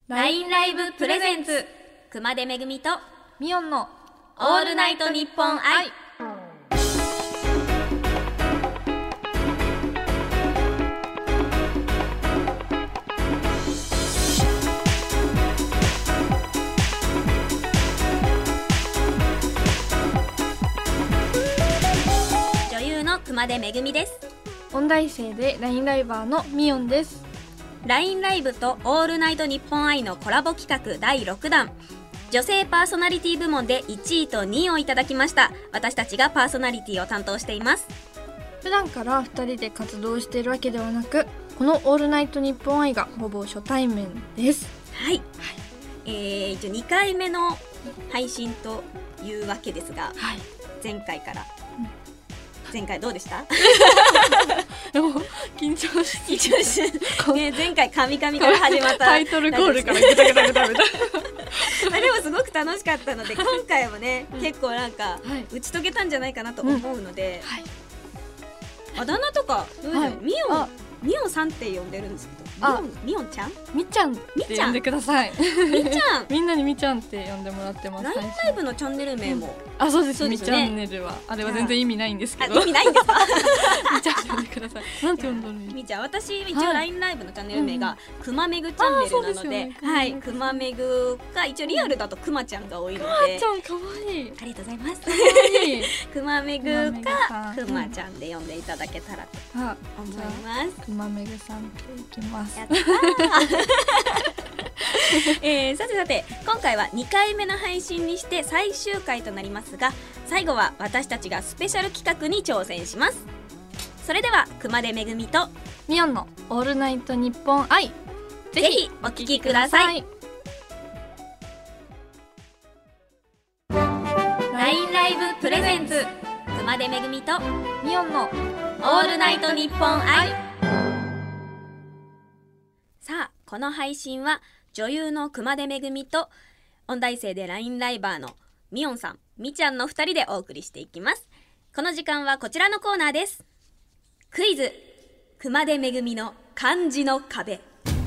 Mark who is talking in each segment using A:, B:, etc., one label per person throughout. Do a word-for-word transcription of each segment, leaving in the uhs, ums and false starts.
A: ライン ライブプレゼンツ熊手めぐみと
B: ミオンの
A: オールナイトニッポン愛。女優の熊手めぐみです。
B: 音大生で ライン ライバーのミオンです。
A: ライン ライブとオールナイトニッポン愛のコラボ企画だいろくだん、女性パーソナリティ部門でいちいとにいをいただきました。私たちがパーソナリティを担当しています。
B: 普段からふたりで活動しているわけではなく、このオールナイトニッポン愛がほぼ初対面です。
A: はい、はい、えー、一応にかいめの配信というわけですが、はい、前回から、うん、前回どうでした？
B: でも緊張して
A: 緊張して、ね、前回カミカミから始まった
B: タイトルコールからグタグタグタグタ
A: まあでもすごく楽しかったので、今回もね、うん、結構なんか、はい、打ち解けたんじゃないかなと思うので、うん、はい、あだ名とかどうでしょう、はい、ミオンミオンさんって呼んでるんですけど、ミオン、ミオンちゃん
B: みちゃんって呼んでください。
A: みちゃん
B: みんなにみちゃんって呼んでもらってます。
A: ライン ライブのチャンネル名も、
B: うん、あ、そうです、みチャンネルはあれは全然意味ないんですけど、
A: 意味ないんですか？
B: みちゃんって呼んでください。なんて呼んだのに
A: みちゃん、私一応 ライン ライブのチャンネル名がくまめぐチャンネルなので、はい、くまめぐが一応リアルだとくまちゃんが多いので、く
B: まちゃんかわいい、
A: ありがとうございます。くまめぐかくまちゃんで呼んでいただけたらと思います。
B: くまめぐさんっていきます。
A: やったえー、さてさて、今回はにかいめの配信にして最終回となりますが、最後は私たちがスペシャル企画に挑戦します。それでは熊手めぐみと
B: ミオンのオールナイトニッポン愛、
A: ぜひお聞きください。 ライン ライブプレゼンツ熊手めぐみと
B: ミオンの
A: オールナイトニッポン愛。さあ、この配信は女優の熊手めぐみと音大生で ライン ライバーのミオンさん、みちゃんのふたりでお送りしていきます。この時間はこちらのコーナーです。クイズ熊手めぐみの漢字の壁。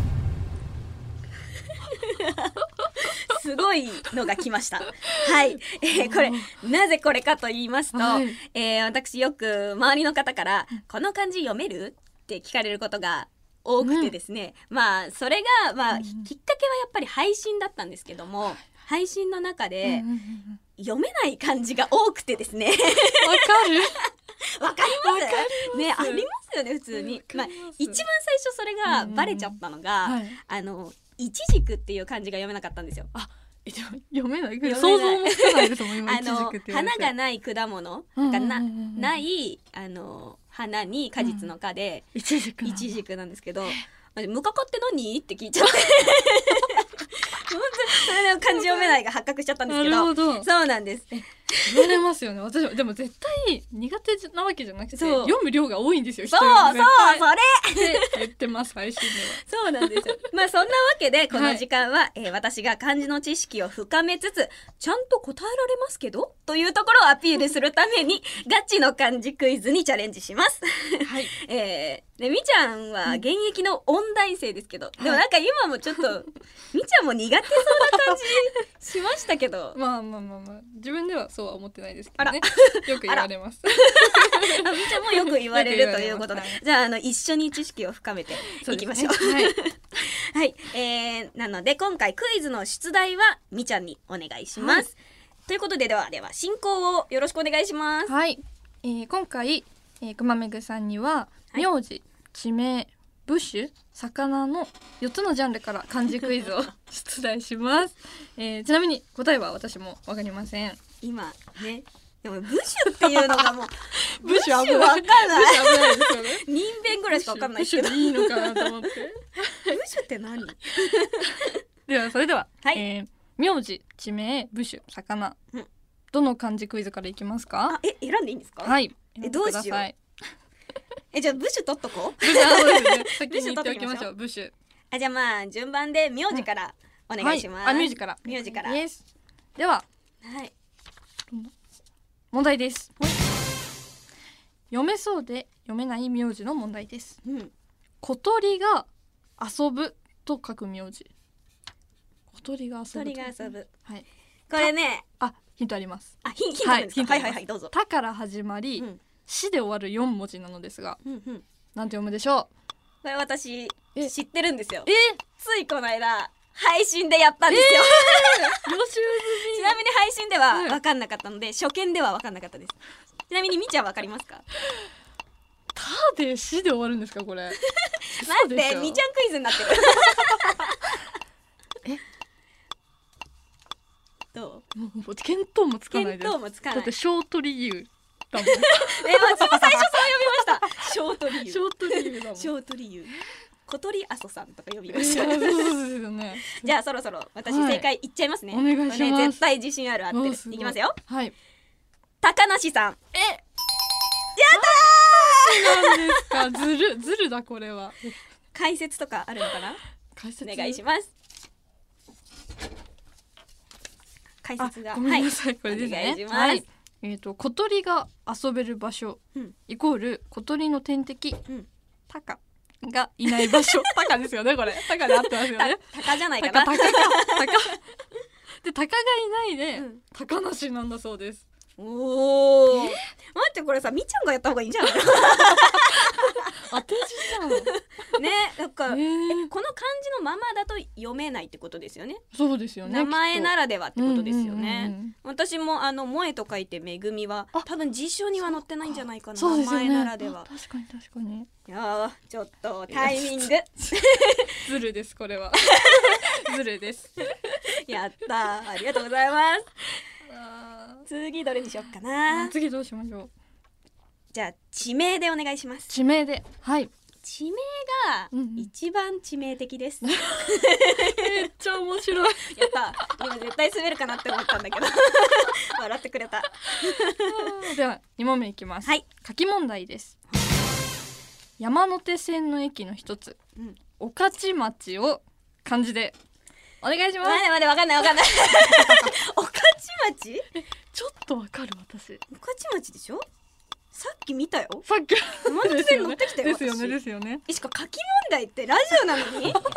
A: すごいのが来ました。はい、えー、これなぜこれかと言いますと、はい、えー、私よく周りの方からこの漢字読めるって聞かれることが多くてですね、うん、まあそれが、まあうん、きっかけはやっぱり配信だったんですけども、配信の中で読めない漢字が多くてですね、わか
B: る
A: わかりますね、ありますよね普通に。まあ、一番最初それがバレちゃったのが、うん、はい、あのいちじくっていう漢字が読めなかったんですよ。あ、
B: え、でも読めない、想像もつかないですもん今。
A: あの花がない果物が な,、うんうんうん、ないあの花に果実の果で、
B: うん、いちじく
A: いちじくなんですけど、無花果って何って聞いちゃって本当それで漢字読めないが発覚しちゃったんですけ ど,
B: なるほど、
A: そうなんです。
B: 言われますよね。私もでも絶対苦手なわけじゃなくて、読む量が多いんですよ。
A: そうそう、そ
B: れって言ってます配信では。
A: そうなんですよ。まあそんなわけでこの時間は、はい、えー、私が漢字の知識を深めつつちゃんと答えられますけどというところをアピールするためにガチの漢字クイズにチャレンジします。はい、えーでみちゃんは現役の音大生ですけど、うん、でもなんか今もちょっと、はい、みちゃんも苦手そうな感じしましたけど
B: まあまあまあまあ自分ではそうは思ってないですけどね。よく言われます。
A: あみちゃんもよく言われるということで、じゃあ、あの一緒に知識を深めていきましょう。う、ね、はい、はい、えー、なので今回クイズの出題はみちゃんにお願いします、はい、ということでではでは進行をよろしくお願いします。
B: はい、えー、今回、えー、くまめぐさんには名字、地名、部首、魚のよっつのジャンルから漢字クイズを出題します、えー、ちなみに答えは私も分かりません。
A: 今ね、でも部首っていうのがもう
B: 部首
A: 分かんない
B: 危ないですよね。
A: 人弁ぐらいしか分かんないけど、
B: 部首でいいのかなと思って
A: 部首って何？
B: ではそれでは、
A: はい、
B: えー、名字、地名、部首、魚、うん、どの漢字クイズからいきますか？
A: あ、え、選んでいいんですか？
B: はい、
A: え、どうしよう。え、じゃあ部首取っとこう。
B: 部首、そうですね、先に言っておきましょう。部首、
A: あ、じゃあまあ順番で名字からお願いします、
B: はい、あ、名字から
A: 名字から
B: です。では、
A: はい、
B: 問題です。読めそうで読めない名字の問題です、うん、小鳥が遊ぶと書く名字。 小鳥が遊ぶ。
A: 小鳥が遊ぶ。
B: はい。
A: これね、
B: あ、ヒントあります。
A: あ、ヒンヒントあるんですか。
B: はい、
A: はいはいはい、どうぞ。
B: たから始まり、
A: うん、
B: しで終わるよん文字なのですが、
A: うんうん、
B: なんて読むでしょう。
A: これ私
B: え
A: 知ってるんですよ。
B: え
A: ついこの間配信でやったんですよ。
B: 予習済
A: ちなみに配信では
B: うん
A: 分かんなかったので、初見では分かんなかったです。ちなみにみちゃん分かりますか。
B: たでしで終わるんですかこれ。
A: 待ってみちゃんクイズになってる。
B: え
A: どう。
B: もう見当もつかないです。
A: 見当もつかない。
B: だってショート理由だもん。
A: え、私も最初そう読みました。ショート理由。
B: ショート理由だもん。
A: ショート理由。小鳥阿蘇さんとか呼びま
B: え
A: した。
B: ーそうですよね。
A: じゃあそろそろ私正解いっちゃいますね。
B: お願いします。
A: これね、絶対自信ある合ってる。
B: おすごい
A: いきますよ。
B: はい。
A: 高梨さん。
B: え、やったー。なんですか。ずるずるだこれは。
A: 解説とかあるのかな。
B: 解説
A: お願いします。解説が
B: あ、ごめんなさい、これです
A: お願いし
B: ね。
A: ます。
B: はい。えっと小鳥が遊べる場所、
A: うん、
B: イコール小鳥の天敵、
A: うん、
B: タカがいない場所。タカですよねこれ。タカで合ってますよね。
A: タカじゃないかな。
B: タカタカかタカでタカがいないで、
A: うん、
B: 高梨なんだそうです。
A: おお。待ってこれさみちゃんがやった方がいいんじゃない？
B: 当て字じゃん。
A: ね、だから、
B: えー、
A: えこの漢字のままだと読めないってことですよね。
B: そうですよね。
A: 名前ならではってことですよね。
B: うんうんうんうん、
A: 私もあの萌えと書いてめぐみは多分辞書には載ってないんじゃないかな。
B: そうですよね、
A: 名前ならでは。
B: 確かに確かに。
A: いやちょっとタイミング。
B: ずるですこれは。ずるです。
A: やったー、ありがとうございます。次どれにしよっかな。
B: 次どうしましょう。
A: じゃあ地名でお願いします。
B: 地名で、はい。
A: 地名が一番致命的です。
B: めっちゃ面白い。
A: やった、今絶対滑るかなって思ったんだけど笑ってくれた。
B: ではに問目いきます。
A: はい、
B: 書き問題です。山手線の駅の一つ、うん、御徒町を漢字でお願いします。
A: 待って待って、わかんないわかんない。御徒町？
B: ちょっとわかる私。
A: 御徒町でしょ？さっき見たよ。
B: さっき
A: 山手線乗ってきたよ。
B: ですよねですよね。
A: しかも書き問題ってラジオなのに。御徒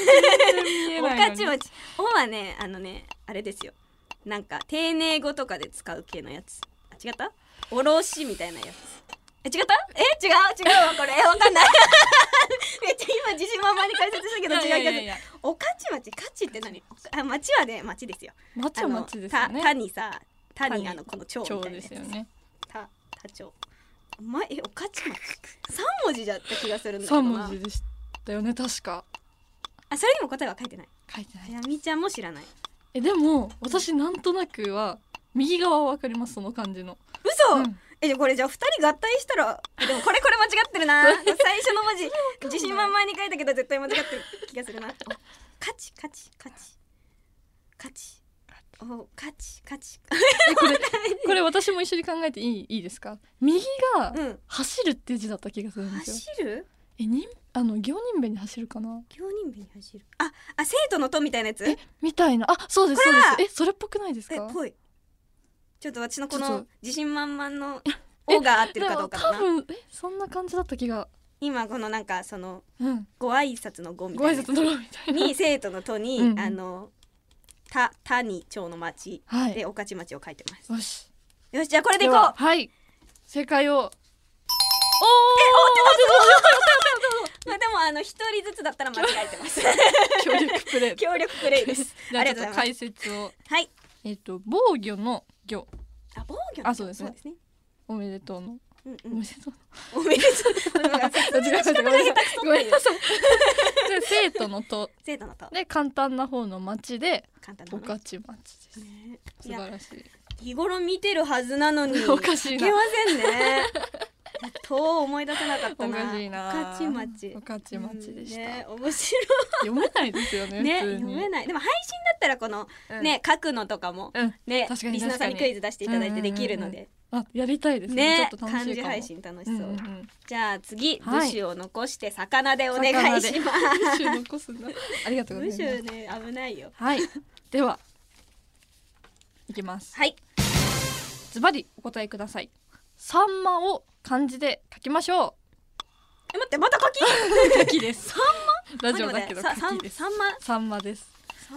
A: 町。おはね、あのね、あれですよ。なんか丁寧語とかで使う系のやつ。あ、違った？おろしみたいなやつ。え、違った？え、違う違うわこれ。え、わかんない。めっちゃ今自信満々に解説したけど違うけど。御徒町、価値って何？あ、町はね、町ですよ。
B: 町は町ですよね。
A: た、たにさ、たにあのこの町みたいなやつ
B: ですよね。
A: た、た町。お前、え、御徒町三文字だった気がするんだけどな。
B: 三文字でしたよね確か。
A: あ、それにも答えは書いてない。
B: 書いてない。
A: やみちゃんも知らない。
B: え、でも私なんとなくは右側はわかります、その漢字の。
A: 嘘、
B: うん、
A: え、じゃこれじゃあ二人合体したら、でもこれこれ間違ってるな。最初の文字自信満々に書いたけど絶対間違ってる気がするな。価値価値価値価値お価値価値
B: え、これこれ私も一緒に考えていいいいですか。右が走るっていう字だった気がするんですよ。
A: 走る？
B: え、にあの行人弁に走るかな。
A: 行人弁に走る。あ、あ、生徒のとみたいなやつ？
B: え、みたいな。あ、そうですそうです。え、それっぽくないですか。
A: え、ぽい。ちょっと私のこの自信満々の「お」が合ってるかどうかだな。
B: 多分えそんな感じだった気が。
A: 今このなんかその、
B: うん、
A: ご挨拶の「ご」みたいな
B: ご挨拶のごみたいな
A: に生徒の「と」に、うん、あの「た」「た」に町の町、はい、で御徒町を書いてます。
B: よし
A: よし、じゃあこれでいこう。
B: はい、正解を。おー、
A: まあでもあの一人ずつだったら間違えてます。
B: 協力プレイ。
A: 協力プレイです。
B: じゃあちょっと解説を。
A: はい。
B: えっと防御の御。
A: あ、防御の。
B: あ、そうですね。おめでとうの。
A: うんうん、
B: おめでとう。
A: おめでとう。ごめんなさい。ごめんなさい。
B: で生徒のと。
A: 生徒のと。
B: で簡単な方の町で。
A: 簡単
B: な。御徒町です。
A: ね、
B: 素晴らしい。
A: 日頃見てるはずなのに。
B: おかしいな。
A: いけませんね。と思い出せなかったな。
B: おかしいな。
A: 御徒町。
B: 御徒町でした。
A: ね、面白い。
B: 読めないですよね。
A: ね、読めない。でも配信だったらこのね書くのとかもね、リスナーさんにクイズ出していただいてできるので。
B: あ、やりたいですね。
A: ね、漢字配信楽しそう。じゃあ次、部首を残して魚でお願いします。
B: 部首残すんだ。ありがとうございます。
A: 部首ね、危ないよ。
B: はい。では、いきます。
A: はい。
B: ズバリお答えください。サンマを漢字で書きましょう。
A: え、待って、また書き？
B: 書きです。サンマ？ラジオだけど書きです。
A: サンマ。
B: サンマです。
A: サンマ。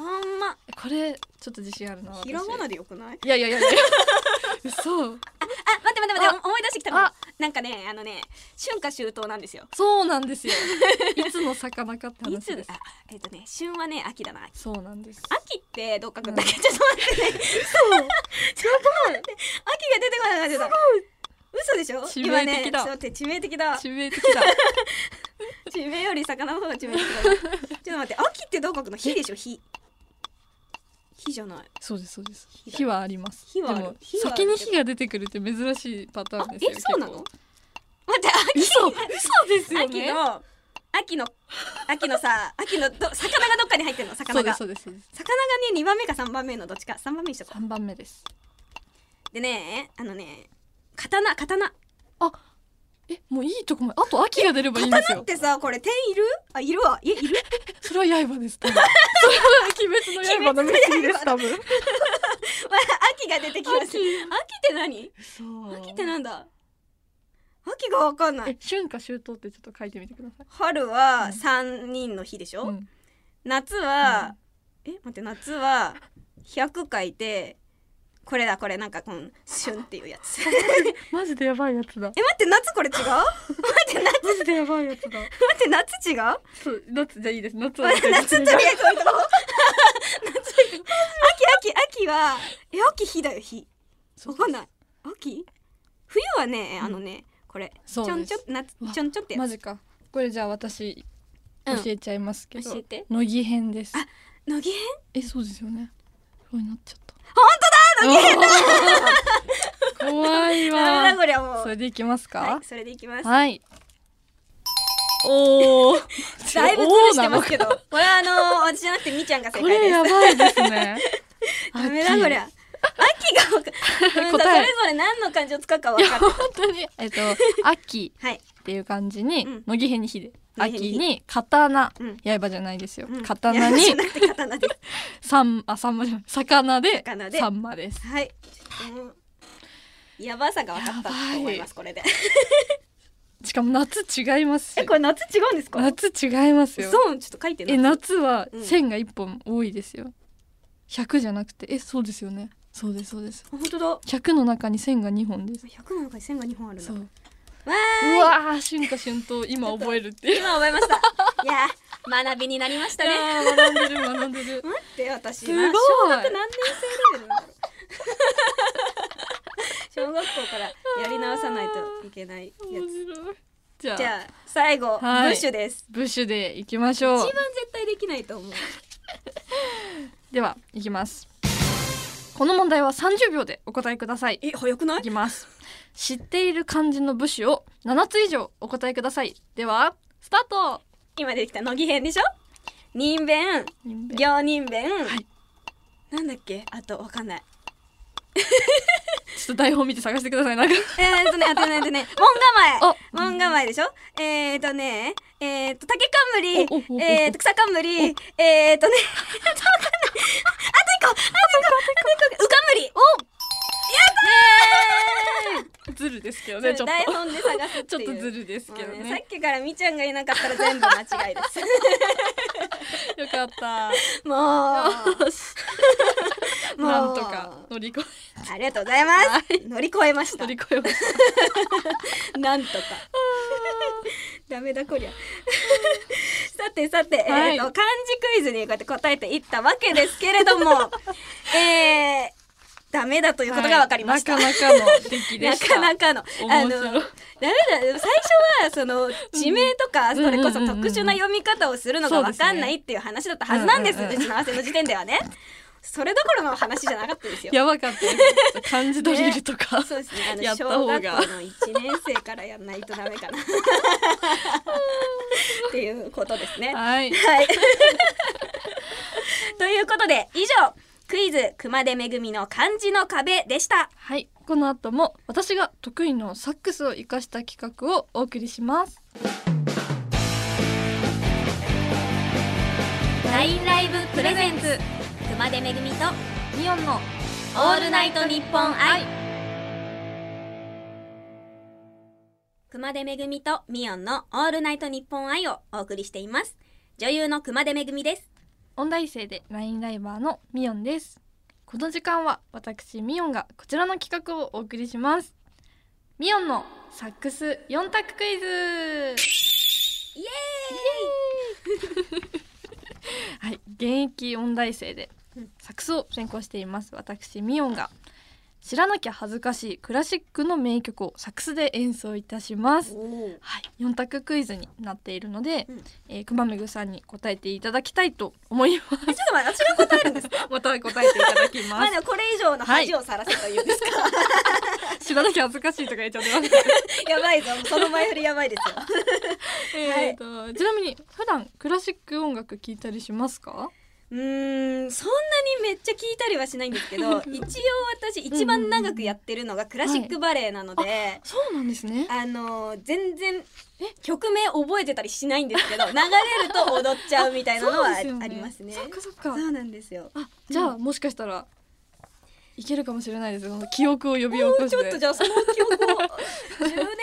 A: な。
B: これちょっと自信あるな。
A: ひらがなでよくない？
B: いやいやいやいや嘘。
A: あ、待って待って待って、思い出してきたの。
B: あ、
A: なんかね、あのね、春夏秋冬なんですよ。
B: そうなんですよいつの魚かって
A: い
B: 話です。
A: つ、あ、えっとね、旬はね、秋だな。
B: そうなんです。
A: 秋ってどっかくんだっけ、ちょっと待ってね。
B: そう
A: ちょっと待って、秋が出てこなかった。すごい。嘘でしょ？
B: 致命的だ。
A: 今ね、ちょっと待って、致命的だ。
B: 致命的だ
A: 地名より魚の方が致命的だな。ちょっと待って、秋ってどう書くの？火でしょ？火。火じゃない。
B: そうですそうです。
A: 火だ
B: 火はあります。
A: 火はある。
B: でも
A: 火はある
B: 先に火が出てくるって珍しいパターンですよ。
A: え、そうなの？
B: 結構
A: 待って、秋。
B: 嘘嘘ですよね。
A: 秋の秋の秋のさ、秋のど魚がどっかに入ってるの？魚が。
B: そうですそうですそうです。
A: 魚がね、にばんめかさんばんめのどっちか、さんばんめにしとこ
B: 三番目です。
A: う。でね、あのね、刀刀。
B: あ、え、もういいとこまで。あと秋が出ればいいんですよ。
A: 刀ってさ、これ点いる？あ、いるわ。え、いる？
B: それは刃です。多分それは鬼滅の刃の結びです。多分。
A: 秋が出てきます。秋って何？
B: そう。
A: 秋ってなんだ？秋がわかんない。
B: え、春夏秋冬ってちょっと書いてみてください。
A: 春は三人の日でしょ？
B: うん、
A: 夏は、うん、え、待って、夏はひゃく書いて、これだ、これなんかこの春っていうやつ。
B: マジでやばいやつだ。
A: え、待って、夏これ違う？待って、夏
B: マジでやばいやつだ。
A: 待って、夏違う？
B: そう夏じゃいいです。夏は
A: 夏とりあえず置いとこう。夏秋秋秋はえ秋日だよ日。わかんない。秋？冬はね、あのね、これちょんちょん夏ちょんちょんってやつ。
B: マジか。これじゃあ私教えちゃいますけど、
A: 教えて。
B: 乃木編です。
A: あ、乃木編？
B: え、そうですよね。こうになっちゃった。
A: 本当だ、乃木編だ。
B: 怖いわ。
A: ダメだこれはもう。
B: それでいきますか？
A: はい、それでいきます。
B: はい。おお。
A: だいぶズルしてますけど。これはあのー、私じゃなくてみちゃんが正
B: こ
A: 解です。
B: れやばいですね。
A: ダメだこりゃ。秋が分かごめんなさい、それぞれ何の漢字を使うか分かってた。
B: 本当にえっと秋っていう漢字に、
A: はい、
B: 乃木編に火で、
A: 乃木編に
B: 秋に刀、
A: うん、
B: 刃じゃないですよ、
A: うん、
B: 刀に
A: 刀です
B: さんあさんまじゃない魚で
A: 魚で
B: さんまです。
A: はい、ちょっともうやばさが分かったと思います。これで
B: しかも夏違いますし。
A: え、これ夏違うんですか？
B: 夏違いますよ。
A: そう、ちょっと書いて
B: え、夏は
A: うん、
B: 線がいっぽん多いですよ。ひゃくじゃなくて、え、そうですよね。そうですそうです。
A: 本当だ。
B: ひゃくの中に線がにほんです。
A: ひゃくの中に線がにほんあるんだ。
B: そう。
A: わ
B: うわー、春夏春冬今覚えるっていう。
A: 今覚えました。いや学びになりましたね。
B: 学んでる学んでる。
A: 待って私
B: すごい
A: 小学何年生レベルなんだろう。小学校からやり直さないといけないや
B: 面白い。じゃあ、
A: つ。じゃあ最後、
B: はい、
A: ブッシュです。
B: ブッシュでいきましょう。
A: 一番絶対できないと思う。
B: ではいきます。この問題はさんじゅうびょうでお答えください。
A: え、早くない？
B: いきます。知っている漢字の部首をななつ以上お答えください。ではスタート。
A: 今出てきた乃木編でしょ。人弁、行人弁、
B: はい、
A: なんだっけ、あとわかんない。
B: ちょっと台本見て探してください。なんか
A: えーとね、あとね、あとね、門構え、門構えでしょ。えーとね、えーと竹冠、えーと草冠、えーとね、あとわかんない。あと一個、あと一個、あと一個、うかんむり。お。
B: ずるですけどね、ちょっと
A: 台本で探すっていう。
B: ちょっとずるですけどね。
A: さっきからみちゃんがいなかったら全部間違いです。
B: よかった。
A: も
B: うなんとか乗り越
A: え。ありがとうございます。はい、乗り越えました。
B: 乗り越えました。
A: なんとか。ダメだこりゃ。さてさて、
B: はい、
A: えーと漢字クイズにこうやって答えていったわけですけれども、えー。ダメだということが分かりました。
B: はい、なかなかの出来でした。
A: なかなかのあのダメだ。最初はその地名とか、それこそ特殊な読み方をするのが分かんないっていう話だったはずなんです。打ち合わせの時点ではね。それどころの話じゃなかったですよ。
B: やばかったです。漢字ドリルとか、ね、
A: そうですね。あの
B: やった方が
A: 小学校のいちねん生からやんないとダメかなっていうことですね。
B: はい。
A: はい。ということで以上。クイズ熊手めぐみの漢字の壁でした。
B: はい、この後も私が得意のサックスを生かした企画をお送りします。
A: ラインライブプレゼンツ熊手めぐみと
B: ミオンの
A: オールナイトニッポン愛。熊手めぐみとミオンのオールナイトニッポン愛をお送りしています。女優の熊手めぐみです。
B: 音大生でラインライバーのミヨンです。この時間は私ミヨンがこちらの企画をお送りします。ミヨンのサックスよん択クイズ。イエーイはい、現役音大生でサックスを専攻しています私ミヨンが知らなきゃ恥ずかしいクラシックの名曲をサックスで演奏いたします。はい、よん択クイズになっているので、うんえー、くまめぐさんに答えていただきたいと思います。ちょっ
A: と待って、私が答えるんですか？
B: また答えていただきます。ま
A: あでもこれ以上の恥をさらせというんですか？は
B: い、知らなきゃ恥ずかしいとか言っちゃってます
A: やばいぞ、その前振りやばいですよ
B: えーと、はい、ちなみに普段クラシック音楽聞いたりしますか？
A: うーんそんなにめっちゃ聞いたりはしないんですけど一応私一番長くやってるのがクラシックバレエなので、はい、
B: そうなんですね。
A: あの全然曲名覚えてたりしないんですけど流れると踊っちゃうみたいなのは あ, ね、ありますね。
B: そっかそっか。
A: そうなんですよ。
B: あじゃあ、うん、もしかしたらいけるかもしれないです。その記憶を呼び起こして。
A: ちょっとじゃあその記憶をじゅうねんまえだからな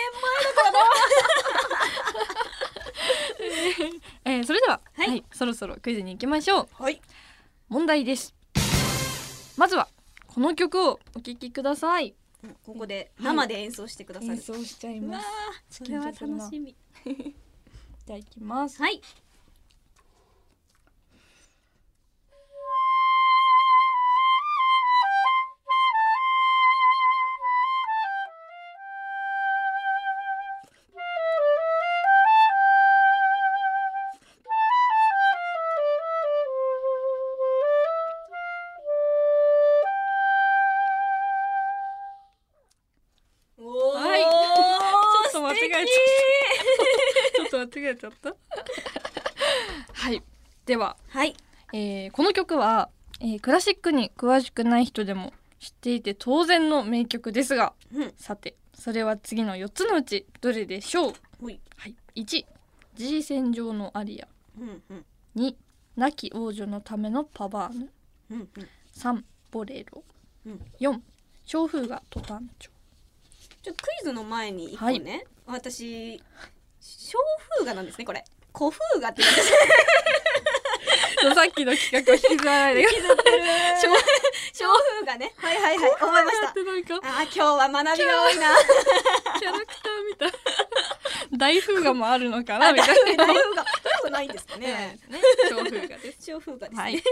B: えー、それでは、
A: はい
B: はい、そろそろクイズに行きましょう。
A: はい、
B: 問題です。まずはこの曲をお聴きください。
A: ここで生で演奏してくださる、
B: はい、演奏しちゃいます。
A: それは楽しみ
B: じゃあ行きます。
A: はい。
B: 間違えちゃったはいでは、
A: はい
B: えー、この曲は、えー、クラシックに詳しくない人でも知っていて当然の名曲ですが、うん、さてそれは次のよっつのうちどれでしょう？はい、いち G 戦場のアリア、うんうん、に亡き王女のためのパバーヌ、うんうん、さんボレロ、うん、よん小風画トタンチョ。
A: ちょクイズの前にいっこね、はい、私小風画なんですね。これ古風画って言うんです
B: さっきの企画を引きずらないで
A: 引きずってる小風画ね。はいはいはい思いました。あ今日は学びが多いな
B: キャラクターみたい大風画もあるのかなみたいな。
A: 大風画風画ないんですかね。
B: 小風画です。
A: 小風画ですね、はい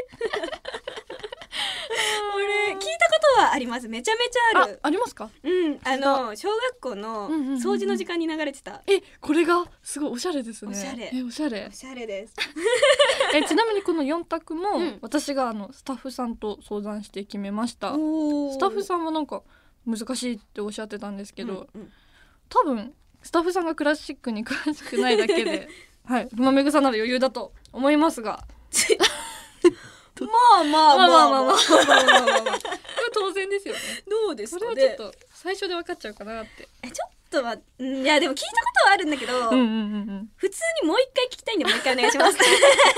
A: これ聞いたことはあります。めちゃめちゃある。
B: あ、ありますか？
A: うんあの小学校の掃除の時間に流れてた、うんうん
B: うんうん、えこれがすごいおしゃれですね。
A: おしゃれ
B: えおしゃれ
A: おしゃれです
B: えちなみにこのよん択も、うん、私があのスタッフさんと相談して決めました。スタッフさんはなんか難しいっておっしゃってたんですけど、うんうん、多分スタッフさんがクラシックに詳しくないだけではいまめぐさんなら余裕だと思いますが
A: まあまあまあまあまあまあまあまあ
B: 当然ですよね。
A: どうですかね。
B: それはちょっと最初で分かっちゃうかなって。
A: えちょっとはいやでも聞いたことはあるんだけど、うんうんうんうん、普通にもう一回聞きたいんでもう一回お願いします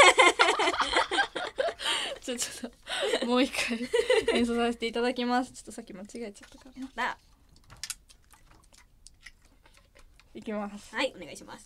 B: ちょちょっともう一回演奏させていただきます。ちょっとさっき間違えちゃったかな。いきます。
A: はいお願いします。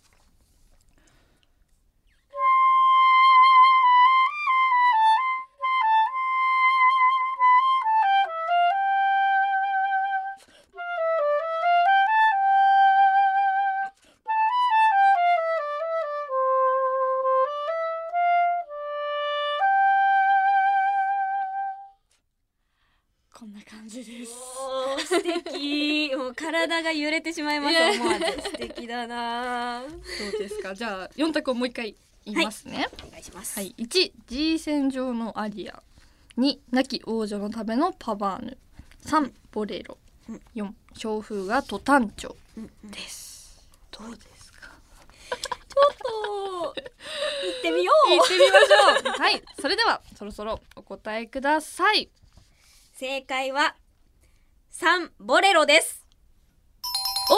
B: こんな感じです。
A: おー素敵もう体が揺れてしまいます。思わず素敵だな。
B: どうですか。じゃあよん択をもう一回言いますね、
A: はい、お願いします、
B: はい、いち G 戦場のアリア、に亡き王女のためのパバーヌ、さんボレロ、よん小風画トタンチョです、うんうん、どうですか。
A: ちょっと行ってみよう
B: 行ってみましょうはいそれではそろそろお答えください。
A: 正解はさんボレロです。
B: おー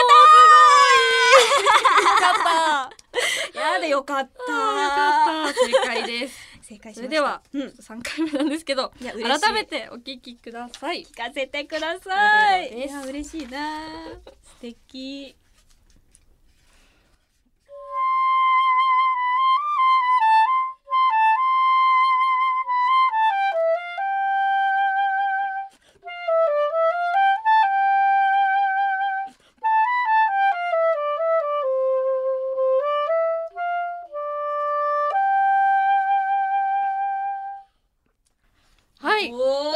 A: やったーよかったやでよかった
B: よかった正解です
A: 正解しました。
B: それでは、うん、さんかいめなんですけど改めてお聞きください。
A: 聞かせてください。いや嬉しいな素敵。
B: い
A: お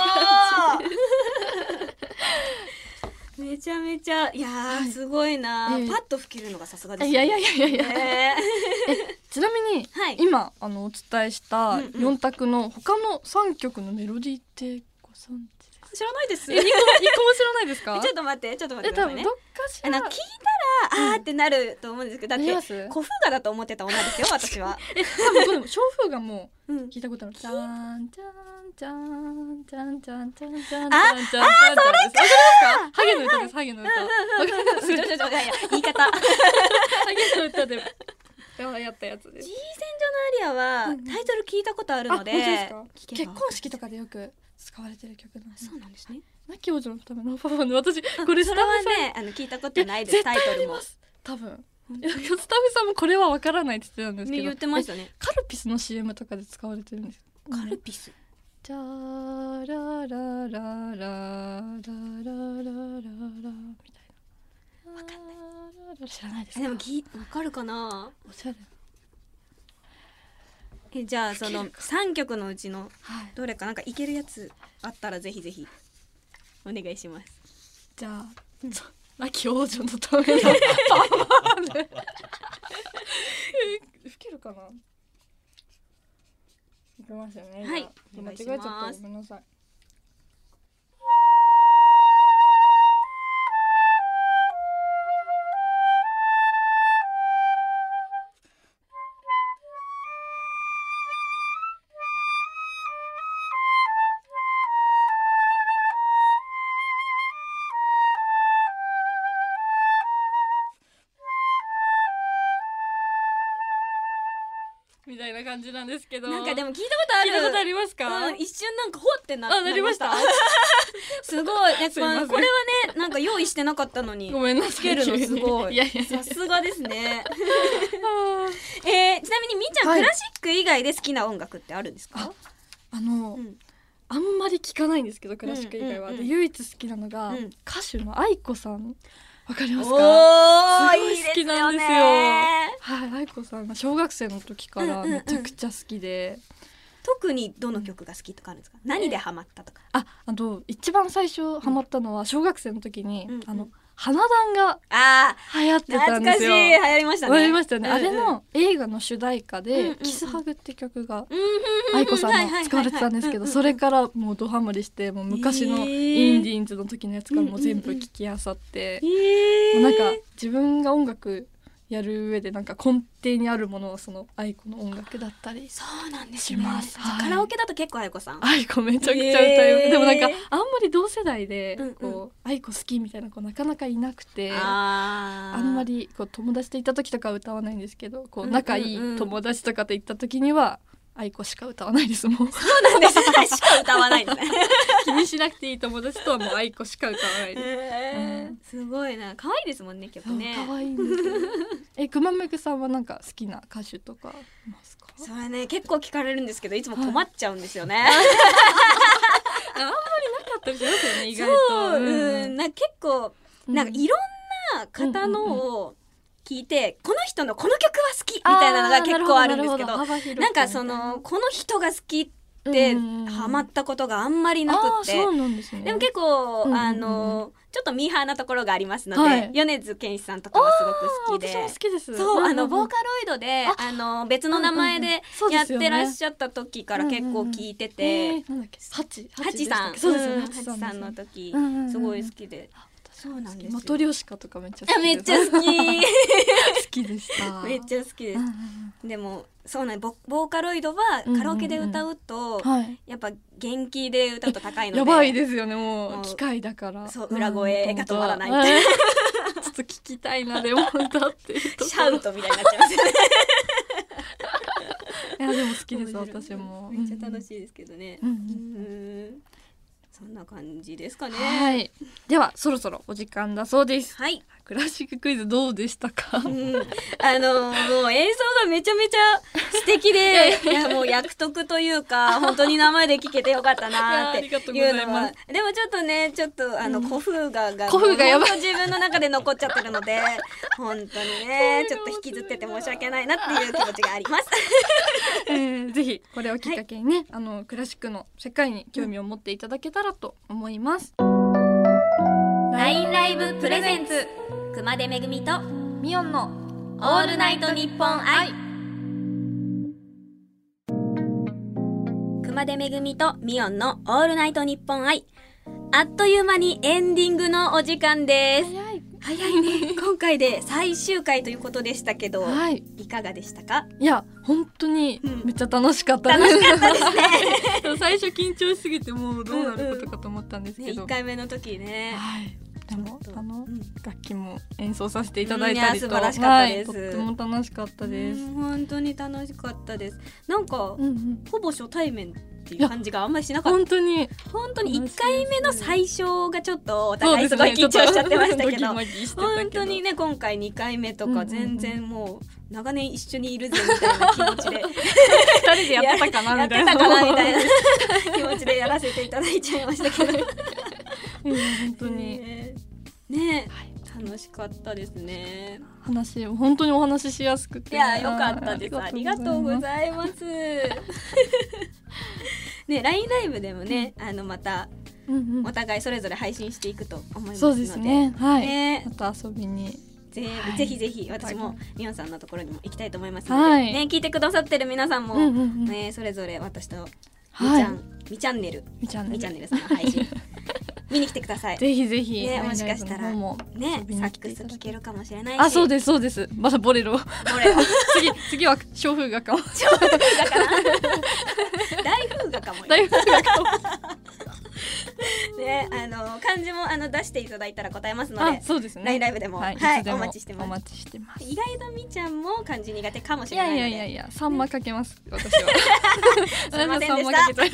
A: ーめちゃめちゃいやー、はい、すごいな、えー、パッと吹けるのがさすがですね。
B: いやいやいやいやいや、えー、ちなみに、
A: はい、
B: 今あのお伝えしたよん択の他のさんきょくのメロディーってご存知ですか？
A: 知らないです。
B: いっこも知らないですか？
A: ちょっと待ってちょっと待ってくださいね。
B: どっかしら
A: あの聞いたら、うん、あーってなると思うんですけど、だって古風画だと思ってた女ですよ私は。
B: え多分これも小風画も聞いたことある。じゃんじゃんじゃんじゃんじゃんじゃんじゃんじゃんじゃんじゃんじゃん。ああそれか。ハゲの歌ですハゲの歌。わかります。
A: ちょちょちょ言い方。
B: ハゲの歌でやったやつです。
A: G 戦場のアリアはタイトル聞いたことあるので、
B: 結婚式とかでよく使われてる曲なんです。
A: そうなんですね。
B: 亡き王女のためのパパの私これ
A: それはねあの聞いたことないです。タイトルも
B: 多分スタッフさんもこれはわからないって言ってたんですけど、
A: 言ってましたね。
B: カルピスの シーエム とかで使われてるんです。
A: カルピス
B: じゃーらららららららららみたいな。わかんない。知らないですか？
A: でもきわかるかな。
B: おしゃれ。
A: えじゃあそのさんきょくのうちのどれかなんかいけるやつあったらぜひぜひお願いします。
B: じゃあ亡き王女のためのパワーで吹けるかな。いけますよね。
A: はい
B: お願いします。間違えちゃったごめんなさい。みたいな感じなんですけど、
A: なんかでも聞いたことある。
B: 聞いたことありますか？
A: うん、一瞬なんかほってな
B: あなりました。
A: すごい。やっぱこれはねなんか用意してなかったのに
B: ごめんなさい。
A: つけるのすごい。いやいやさすがですね。えー、ちなみにみーちゃん、はい、クラシック以外で好きな音楽ってあるんですか？
B: あ, あの、うん、あんまり聞かないんですけどクラシック以外は、うんうんうん、で唯一好きなのが、うん、歌手の愛子さん。わかりますか？
A: お
B: すごい好きなんですよ。いいですよね。はい、愛子さんが小学生の時からめちゃくちゃ好きで、うんうんうん、
A: 特にどの曲が好きとかあるんですか？何でハマったとか。
B: あ、あと一番最初ハマったのは小学生の時に、うんうん、あの花壇が流行ってたんですよ。
A: 懐かしい、流行りましたね。
B: 流行りましたね。うんうん、あれの映画の主題歌で、うんうん、キスハグって曲が愛子さんの使われてたんですけど、それからもうドハマりして、もう昔のインディーンズの時のやつからもう全部聞きあさって、もうなんか自分が音楽やる上でなんか根底にあるものはその愛子の音楽だったりします。
A: そうなんですね。カラオケだと結構愛子さん。
B: 愛子めちゃくちゃ歌う。でもなんかあんまり同世代でこう愛子好きみたいな子なかなかいなくて、あ, あんまりこう友達と行った時とかは歌わないんですけど、こう仲いい友達とかと行った時には愛子しか歌わないですもん。
A: そうなんですね。しか歌わないですね。
B: 気にしなくていい友達とはもう愛子しか歌わないです。
A: えーうん、すごいな。可愛いですもんね曲ね。
B: 可愛いんですよ。え、くまめぐさんはなんか好きな歌手とかいますか？
A: それね結構聞かれるんですけどいつも困っちゃうんですよね。はい、
B: あんまりなかったりしますよね意外と。
A: そう、うん、なんか結構なんかいろんな方のを聞いて、この人のこの曲は好きみたいなのが結構あるんですけど、なんかそのこの人が好きってハマったことがあんまりなくって、
B: そうなんですね。
A: でも結構、うんうんうん、あのちょっとミーハーなところがありますので、はい、米津玄師さんとかはすごく好きで、
B: 私も好きです。
A: そう、あのボーカロイドであの別の名前でやってらっしゃった時から結構聞いてて、
B: ハチ
A: ハチさん、
B: そうですよね。
A: ハチさんの時すごい好きで。そうなんですよ。
B: マトリョーシカとかめっちゃ好きです。
A: めっちゃ好き。
B: 好きでした。
A: めっちゃ好きです。うんうん、でもそうなんボボーカロイドはカラオケで歌うと、うんうんうん、やっぱ元気で歌うと高いので、
B: やばいですよね。もう機械だから。
A: そう裏声が止まらないみたいな。ちょ
B: っと聞きたいなでも歌って
A: シャウトみたいになっちゃいますよね。
B: いやでも好きです私も。
A: めっちゃ楽しいですけどね。うんうんうん、 そんな感じですかね。
B: はい、ではそろそろお時間だそうです。
A: はい、
B: クラシッククイズどうでしたか？
A: うん、あのもう演奏がめちゃめちゃ素敵でいやもう役得というか本当に名前で聞けてよかったなっていうのは、でもちょっとねちょっとあの古風がが
B: 古風がやばい
A: 自分の中で残っちゃってるので本当にねちょっと引きずってて申し訳ないなっていう気持ちがあります、
B: えー、ぜひこれをきっかけにね、はい、あのクラシックの世界に興味を持っていただけたらと思います。
A: ライン ライブプレゼンツ熊手めぐみと
B: ミオンの
A: オールナイトニッポン愛。熊手めぐみとミオンのオールナイトニッポン愛、あっという間にエンディングのお時間です。
B: 早い
A: 早いね今回で最終回ということでしたけど、はい、いかがでしたか？
B: いや本当にめっちゃ楽しかったです、
A: うん、楽しかったですね
B: 最初緊張しすぎてもうどうなることかと思ったんですけど、うんうん、
A: ね、いっかいめの時ね、
B: はい、でもあの、うん、楽器も演奏させていただいたりと、
A: うん、素晴らしかったです、
B: はい、とっても楽しかったです、
A: うん、本当に楽しかったです。なんか、うんうん、ほぼ初対面っていう感じがあんまりしなかった。
B: 本当に
A: 本当にいっかいめの最初がちょっとお互いすごい緊張しちゃってましたけど、ね、本当にね今回にかいめとか全然もう長年一緒にいるぜみたいな気持ちで
B: ふたりでやってたかなみたいな
A: やってたかなみたいな気持ちでやらせていただいちゃいましたけど
B: 本当に
A: ねね、はい、楽しかったですね。
B: 話本当にお話ししやすくて、
A: いや良かったです。ありがとうございますね、ライン ライブでもね、あのまたお互いそれぞれ配信していくと思いますので、
B: そうですね、はい、
A: ね、
B: また遊びに
A: ぜ, はい、ぜひぜひ私もミオンさんのところにも行きたいと思いますので、はい、ね、聞いてくださってる皆さんも、うんうんうん、ね、それぞれ私とみちゃん、はい、みチャンネルみチャンネルさんの配信見に来てください。
B: ぜひぜひ、
A: ね、もしかしたらねサックス聴けるかもしれないし、
B: あ、そうですそうです、まだボレロボレロ次次は小風雅かも
A: 小風雅かな大風雅かもよ
B: 大風雅かも
A: ね、あの漢字もあの出していただいたら答えますので、
B: そうですね、
A: ライン ライブでも、はいはい、お待ちしてます。
B: お待ちしてます。
A: 意外とみちゃんも漢字苦手かもしれないので、
B: いやいやいやいや、さんまかけます私は
A: すいませんでした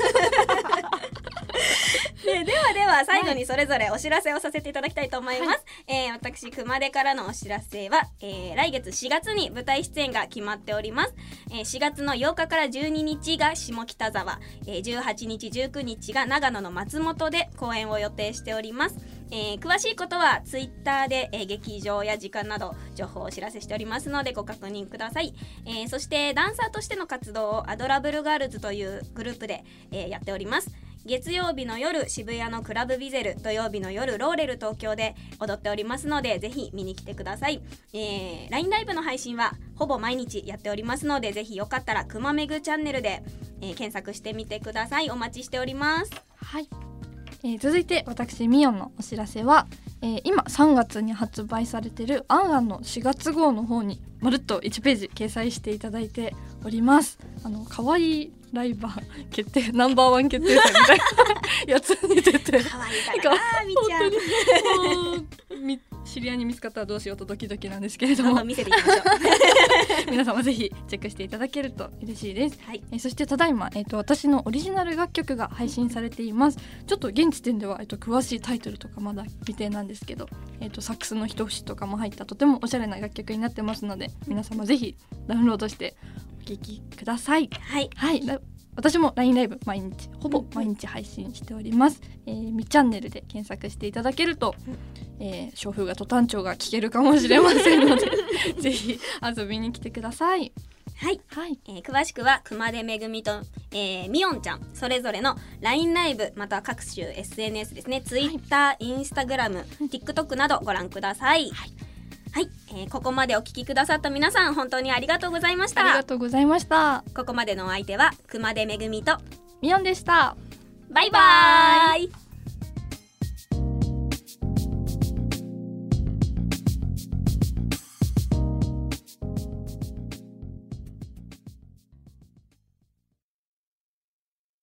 A: ね、ではでは最後にそれぞれお知らせをさせていただきたいと思います、はい、えー、私熊手からのお知らせは、えー、来月しがつに舞台出演が決まっております、えー、しがつのようかからじゅうににちが下北沢、えー、じゅうはちにちじゅうくにちが長野の松本で公演を予定しております。えー、詳しいことはツイッターで、えー、劇場や時間など情報をお知らせしておりますのでご確認ください、えー、そしてダンサーとしての活動をアドラブルガールズというグループで、えー、やっております。月曜日の夜渋谷のクラブビゼル、土曜日の夜ローレル東京で踊っておりますのでぜひ見に来てください、えー、ライン ライブの配信はほぼ毎日やっておりますのでぜひよかったらくまめぐチャンネルで、えー、検索してみてください。お待ちしております。
B: はい、えー、続いて私ミオンのお知らせは、えー、今さんがつに発売されているアンアンのしがつ号の方にまるっといちページ掲載していただいております。あの可愛いライバー決定ナンバーワン決定戦みたいなやつに出て
A: 可愛いからなみちゃん
B: 本当に知り合いに見つかったらどうしようとドキドキなんですけれども
A: 見せていきましょ
B: う皆様ぜひチェックしていただけると嬉しいです、
A: はい、
B: えー、そしてただいま、えーと、私のオリジナル楽曲が配信されています。ちょっと現時点では、えーと、詳しいタイトルとかまだ未定なんですけど、えーと、サックスの一節とかも入ったとてもおしゃれな楽曲になってますので皆様ぜひダウンロードしてお聴きください。
A: はい、
B: はい、私も ライン ライブ毎日ほぼ毎日配信しております、えー、みチャンネルで検索していただけると、えー、小風雅と短調が聞けるかもしれませんのでぜひ遊びに来てください。
A: はい、はい、えー、詳しくは熊手めぐみと、えー、みおんちゃんそれぞれの ライン ライブまたは各種 エスエヌエス ですね、 Twitter、はい、Instagram、TikTok などご覧ください。はいはい、えー、ここまでお聞きくださった皆さん本当にありがとうございました。
B: ありがとうございました。
A: ここまでのお相手は熊手めぐみと
B: みおんでした。
A: バイバーイ。